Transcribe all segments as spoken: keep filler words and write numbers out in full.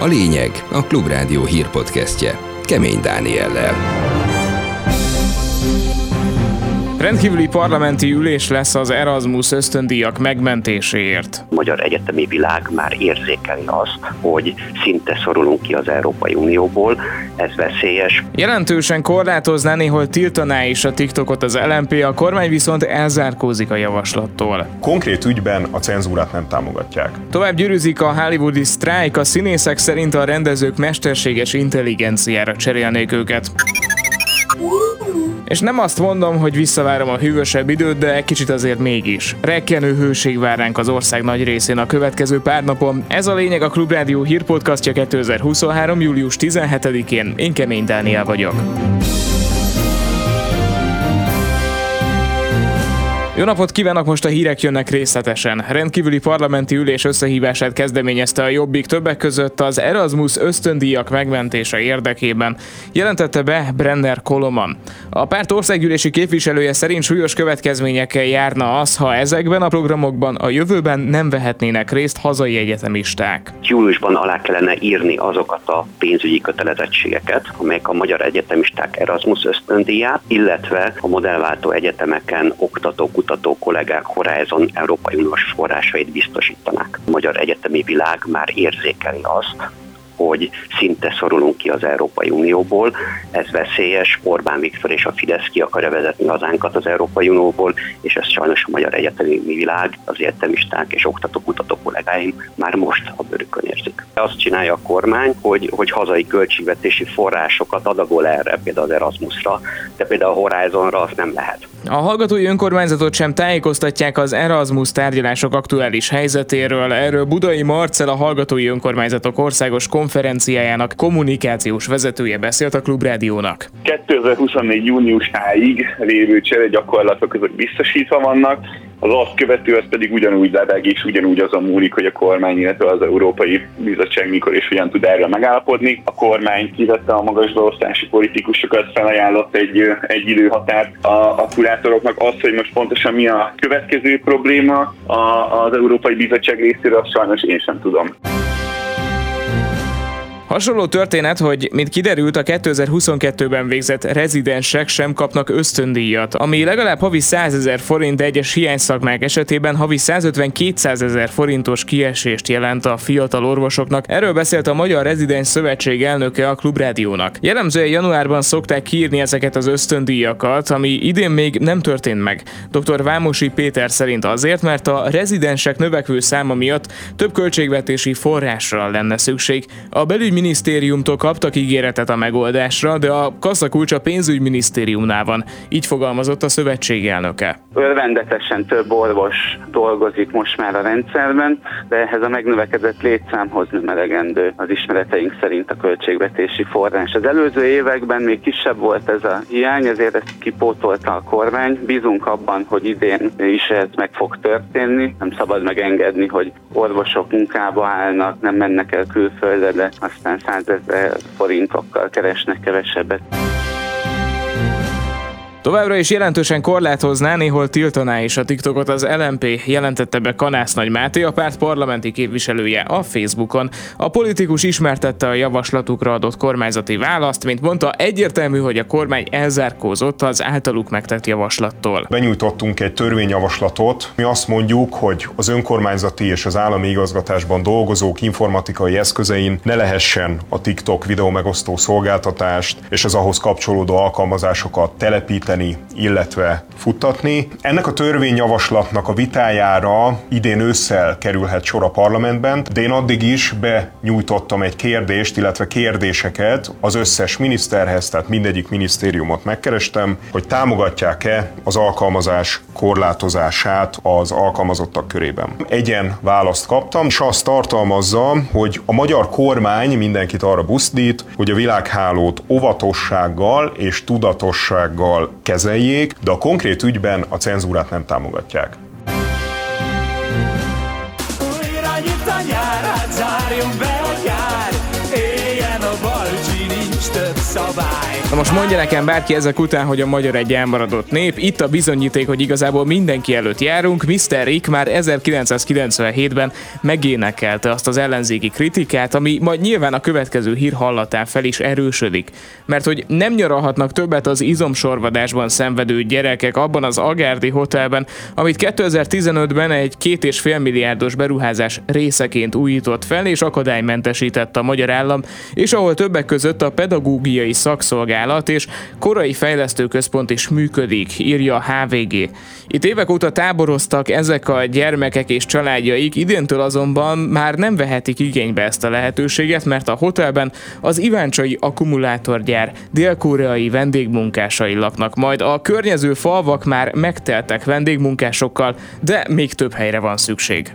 A lényeg a Klubrádió hírpodcastje Kemény Dániellel. Rendkívüli parlamenti ülés lesz az Erasmus ösztöndíjak megmentéséért. A magyar egyetemi világ már érzékeli azt, hogy szinte szorulunk ki az Európai Unióból, ez veszélyes. Jelentősen korlátozná, néhol tiltaná is a TikTokot az el em pé, a kormány viszont elzárkózik a javaslattól. Konkrét ügyben a cenzúrát nem támogatják. Tovább gyűrűzik a hollywoodi sztrájk, a színészek szerint a rendezők mesterséges intelligenciára cserélnék őket. És nem azt mondom, hogy visszavárom a hűvösebb időt, de kicsit azért mégis. Rekkenő hőség vár ránk az ország nagy részén a következő pár napon. Ez a lényeg a Klubrádió hírpodcastja kétezer-huszonhárom. július tizenhetedikén. Én Kemény Dániel vagyok. Jó napot kívánok, most a hírek jönnek részletesen. Rendkívüli parlamenti ülés összehívását kezdeményezte a Jobbik többek között az Erasmus ösztöndíjak megmentése érdekében, jelentette be Brenner Koloman. A párt országgyűlési képviselője szerint súlyos következményekkel járna az, ha ezekben a programokban a jövőben nem vehetnének részt hazai egyetemisták. Júliusban alá kellene írni azokat a pénzügyi kötelezettségeket, amelyek a magyar egyetemisták Erasmus ösztöndíját, illetve a modellváltó egyetemeken oktatók, kutató kollégák Horizon Európai Uniós forrásait biztosítanák. A magyar egyetemi világ már érzékeli azt, hogy szinte szorulunk ki az Európai Unióból, ez veszélyes, Orbán Viktor és a Fidesz ki akarja vezetni hazánkat az Európai Unióból, és ezt sajnos a magyar egyetemi világ, az egyetemisták és oktató-kutató kollégáim már most a bőrükön érzik. Azt csinálja a kormány, hogy, hogy hazai költségvetési forrásokat adagol erre, például az Erasmusra, de például a Horizonra azt nem lehet. A hallgatói önkormányzatot sem tájékoztatják az Erasmus tárgyalások aktuális helyzetéről. Erről Budai Marcell, a Hallgatói Önkormányzatok Országos Konferenciájának kommunikációs vezetője beszélt a Klubrádiónak. kétezer-huszonnégy júniusáig lévő cseregyakorlatok azok biztosítva vannak, az azt követő, az pedig ugyanúgy lebeg és ugyanúgy azon múlik, hogy a kormány, illetve az Európai Bizottság mikor és hogyan tud erről megállapodni. A kormány kivette a magas beosztási politikusokat, felajánlott egy, egy időhatárt a, a kurátoroknak. Az, hogy most pontosan mi a következő probléma a, az Európai Bizottság részéről, azt sajnos én sem tudom. Hasonló történet, hogy mint kiderült, a kétezer-huszonkettőben végzett rezidensek sem kapnak ösztöndíjat, ami legalább havi százezer forint, de egyes hiányszakmák esetében havi százötven-kétszázezer forintos kiesést jelent a fiatal orvosoknak. Erről beszélt a Magyar Rezidens Szövetség elnöke a Klubrádiónak. Jellemzően januárban szokták kiírni ezeket az ösztöndíjakat, ami idén még nem történt meg. doktor Vámosi Péter szerint azért, mert a rezidensek növekvő száma miatt több költségvetési forrásra lenne szükség. A belügy minisztériumtól kaptak ígéretet a megoldásra, de a kaszakulcs a pénzügyminisztériumnál van. Így fogalmazott a szövetség elnöke. Örvendetesen több orvos dolgozik most már a rendszerben, de ehhez a megnövekedett létszámhoz nem elegendő az ismereteink szerint a költségvetési forrás. Az előző években még kisebb volt ez a hiány, ezért ezt kipótolta a kormány. Bízunk abban, hogy idén is ez meg fog történni. Nem szabad megengedni, hogy orvosok munkába állnak, nem mennek el külföldre, de aztán százezer forintokkal keresnek kevesebbet. Továbbra is jelentősen korlátozná, néhol tiltaná is a TikTokot az el em pé, jelentette be Kanász Nagy Máté, a párt parlamenti képviselője a Facebookon. A politikus ismertette a javaslatukra adott kormányzati választ, mint mondta, egyértelmű, hogy a kormány elzárkózott az általuk megtett javaslattól. Benyújtottunk egy törvényjavaslatot, mi azt mondjuk, hogy az önkormányzati és az állami igazgatásban dolgozók informatikai eszközein ne lehessen a TikTok videómegosztó szolgáltatást és az ahhoz kapcsolódó alkalmazásokat telepíteni, illetve futtatni. Ennek a törvényjavaslatnak a vitájára idén ősszel kerülhet sor a parlamentben, de én addig is benyújtottam egy kérdést, illetve kérdéseket az összes miniszterhez, tehát mindegyik minisztériumot megkerestem, hogy támogatják-e az alkalmazás korlátozását az alkalmazottak körében. Egyen választ kaptam, és azt tartalmazza, hogy a magyar kormány mindenkit arra buzdít, hogy a világhálót óvatossággal és tudatossággal kezeljék, de a konkrét ügyben a cenzúrát nem támogatják. Újra nyit a nyár, hát zárjon be a gyár, éljen a Balcsini. nincs több szabály. Na most mondja nekem bárki ezek után, hogy a magyar egy elmaradott nép. Itt a bizonyíték, hogy igazából mindenki előtt járunk. miszter Rick már ezerkilencszázkilencvenhétben megénekelte azt az ellenzéki kritikát, ami majd nyilván a következő hír hallatán fel is erősödik. Mert hogy nem nyaralhatnak többet az izomsorvadásban szenvedő gyerekek abban az Agárdi hotelben, amit kétezer-tizenötben egy két és fél milliárdos beruházás részeként újított fel és akadálymentesített a magyar állam, és ahol többek között a pedagógiai szakszolgálat és korai fejlesztőközpont is működik, írja a há vé gé. Itt évek óta táboroztak ezek a gyermekek és családjaik, idéntől azonban már nem vehetik igénybe ezt a lehetőséget, mert a hotelben az iváncsai akkumulátorgyár dél-koreai vendégmunkásai laknak, majd a környező falvak már megteltek vendégmunkásokkal, de még több helyre van szükség.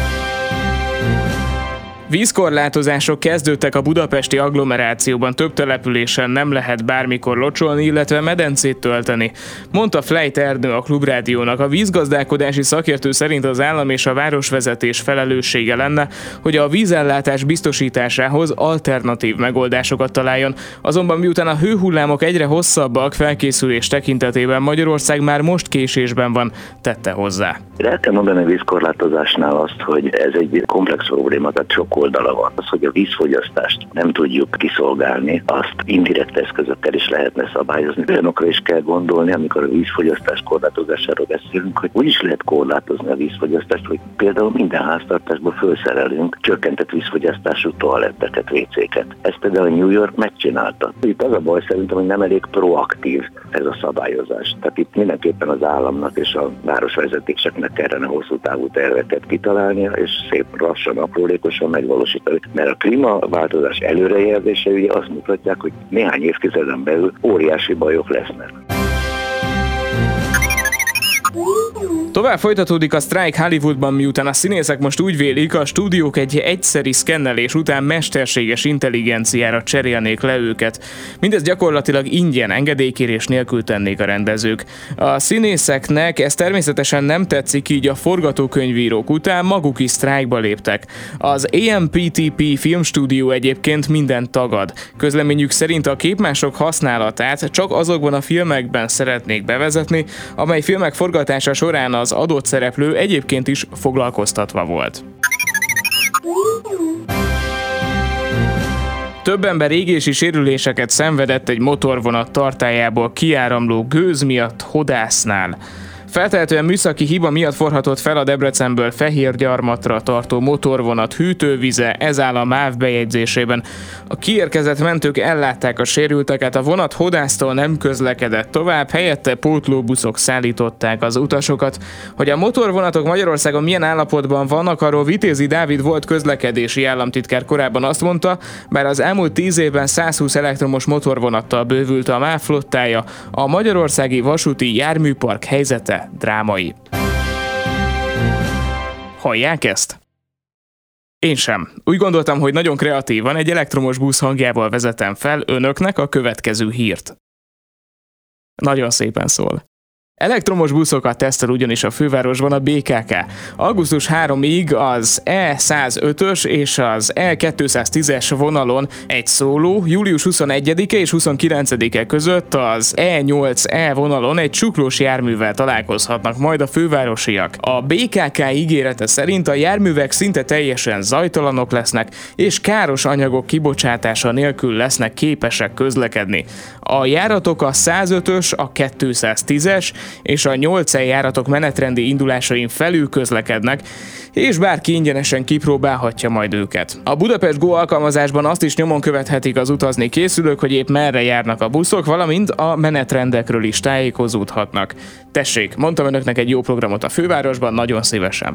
Vízkorlátozások kezdődtek a budapesti agglomerációban, több településen nem lehet bármikor locsolni, illetve medencét tölteni, mondta Flejt Ernő a Klubrádiónak. A vízgazdálkodási szakértő szerint az állam és a városvezetés felelőssége lenne, hogy a vízellátás biztosításához alternatív megoldásokat találjon. Azonban miután a hőhullámok egyre hosszabbak, felkészülés tekintetében Magyarország már most késésben van, tette hozzá. El kell mondani a vízkorlátozásnál azt, hogy ez egy komplex probléma, tehát sok oldala van. Az, hogy a vízfogyasztást nem tudjuk kiszolgálni, azt indirekt eszközökkel is lehetne szabályozni. Olyanokra is kell gondolni, amikor a vízfogyasztás korlátozásáról beszélünk, hogy úgy is lehet korlátozni a vízfogyasztást, hogy például minden háztartásban felszerelünk csökkentett vízfogyasztású toaletteket, vécéket. Ezt például New York megcsinálta. Itt az a baj szerintem, hogy nem elég proaktív ez a szabályozás. Tehát itt mindenképpen az államnak és a városvezetéseknek kellene hosszú távú terveket kitalálnia, és szép lassan, aprólékosan megvalósítani. Mert a klímaváltozás előrejelzései azt mutatják, hogy néhány évtizeden belül óriási bajok lesznek. Tovább folytatódik a sztrájk Hollywoodban, miután a színészek most úgy vélik, a stúdiók egy egyszeri szkennelés után mesterséges intelligenciára cserélnék le őket. Mindez gyakorlatilag ingyen, engedélykérés nélkül tennék a rendezők. A színészeknek ez természetesen nem tetszik, így a forgatókönyvírók után maguk is sztrájkba léptek. Az á em pé té pé filmstúdió egyébként mindent tagad. Közleményük szerint a képmások használatát csak azokban a filmekben szeretnék bevezetni, amely filmek forgatása során az adott szereplő egyébként is foglalkoztatva volt. Több ember égési sérüléseket szenvedett egy motorvonat tartályából kiáramló gőz miatt Hodásznál. Feltehetően műszaki hiba miatt forhatott fel a Debrecenből Fehérgyarmatra tartó motorvonat hűtővize, ez áll a MÁV bejegyzésében. A kiérkezett mentők ellátták a sérülteket, a vonat Hodásztól nem közlekedett tovább, helyette pótlóbuszok szállították az utasokat. Hogy a motorvonatok Magyarországon milyen állapotban vannak, arról Vitézi Dávid volt közlekedési államtitkár korábban azt mondta, bár az elmúlt tíz évben százhúsz elektromos motorvonattal bővült a MÁV flottája, a magyarországi vasúti járműpark helyzete drámai. Hallják ezt? Én sem. Úgy gondoltam, hogy nagyon kreatívan egy elektromos busz hangjával vezetem fel önöknek a következő hírt. Nagyon szépen szól. Elektromos buszokat tesztel ugyanis a fővárosban a bé ká ká. augusztus harmadikáig az E százötös és az E kétszáztízes vonalon egy szóló, július huszonegyedike és huszonkilencedike között az E nyolc E vonalon egy csuklós járművel találkozhatnak majd a fővárosiak. A bé ká ká ígérete szerint a járművek szinte teljesen zajtalanok lesznek, és káros anyagok kibocsátása nélkül lesznek képesek közlekedni. A járatok a százötös, a kétszáztízes és a nyolc E járatok menetrendi indulásain felül közlekednek, és bárki ingyenesen kipróbálhatja majd őket. A Budapest Go alkalmazásban azt is nyomon követhetik az utazni készülők, hogy épp merre járnak a buszok, valamint a menetrendekről is tájékozódhatnak. Tessék, mondtam önöknek egy jó programot a fővárosban, nagyon szívesen.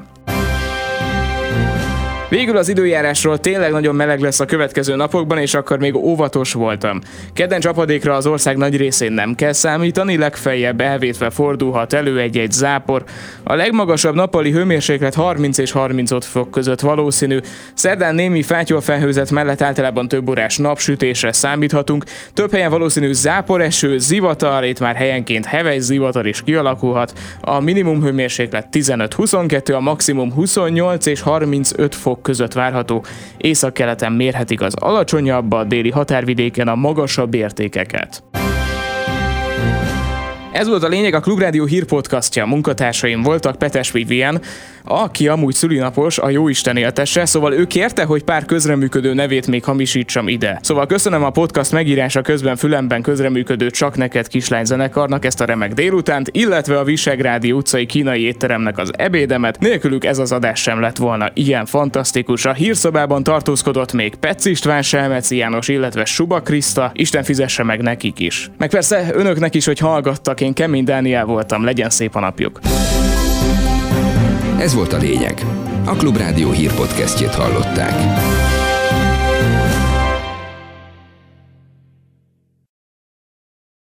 Végül az időjárásról, tényleg nagyon meleg lesz a következő napokban, és akkor még óvatos voltam. Kedden csapadékra az ország nagy részén nem kell számítani, legfeljebb elvétve fordulhat elő egy-egy zápor. A legmagasabb nappali hőmérséklet harminc és harmincöt fok között valószínű. Szerdán némi fátyolfelhőzet mellett általában több órás napsütésre számíthatunk. Több helyen valószínű záporeső, zivatar, itt már helyenként heves zivatar is kialakulhat. A minimum hőmérséklet tizenöt-huszonkettő, a maximum huszonnyolc és harmincöt fok fok között várható, északkeleten mérhetik az alacsonyabb, a déli határvidéken a magasabb értékeket. Ez volt a lényeg, a Klubrádió hírpodcastja. Munkatársaim voltak Petes Vivien, aki amúgy szülinapos, a jóisten éltesse, szóval ő kérte, hogy pár közreműködő nevét még hamisítsam ide. Szóval köszönöm a podcast megírása közben fülemben közreműködő Csak neked kislány zenekarnak ezt a remek délutánt, illetve a Visegrádi utcai kínai étteremnek az ebédemet. Nélkülük ez az adás sem lett volna ilyen fantasztikus. A hírszobában tartózkodott még Petsz István, Selmeci János, illetve Suba Kriszta. Isten fizesse meg nekik is. Meg persze önöknek is, hogy hallgattak. Én Kemény Dániel voltam, legyen szép a napjuk. Ez volt a lényeg. A Klubrádió hírpodcastjét hallották.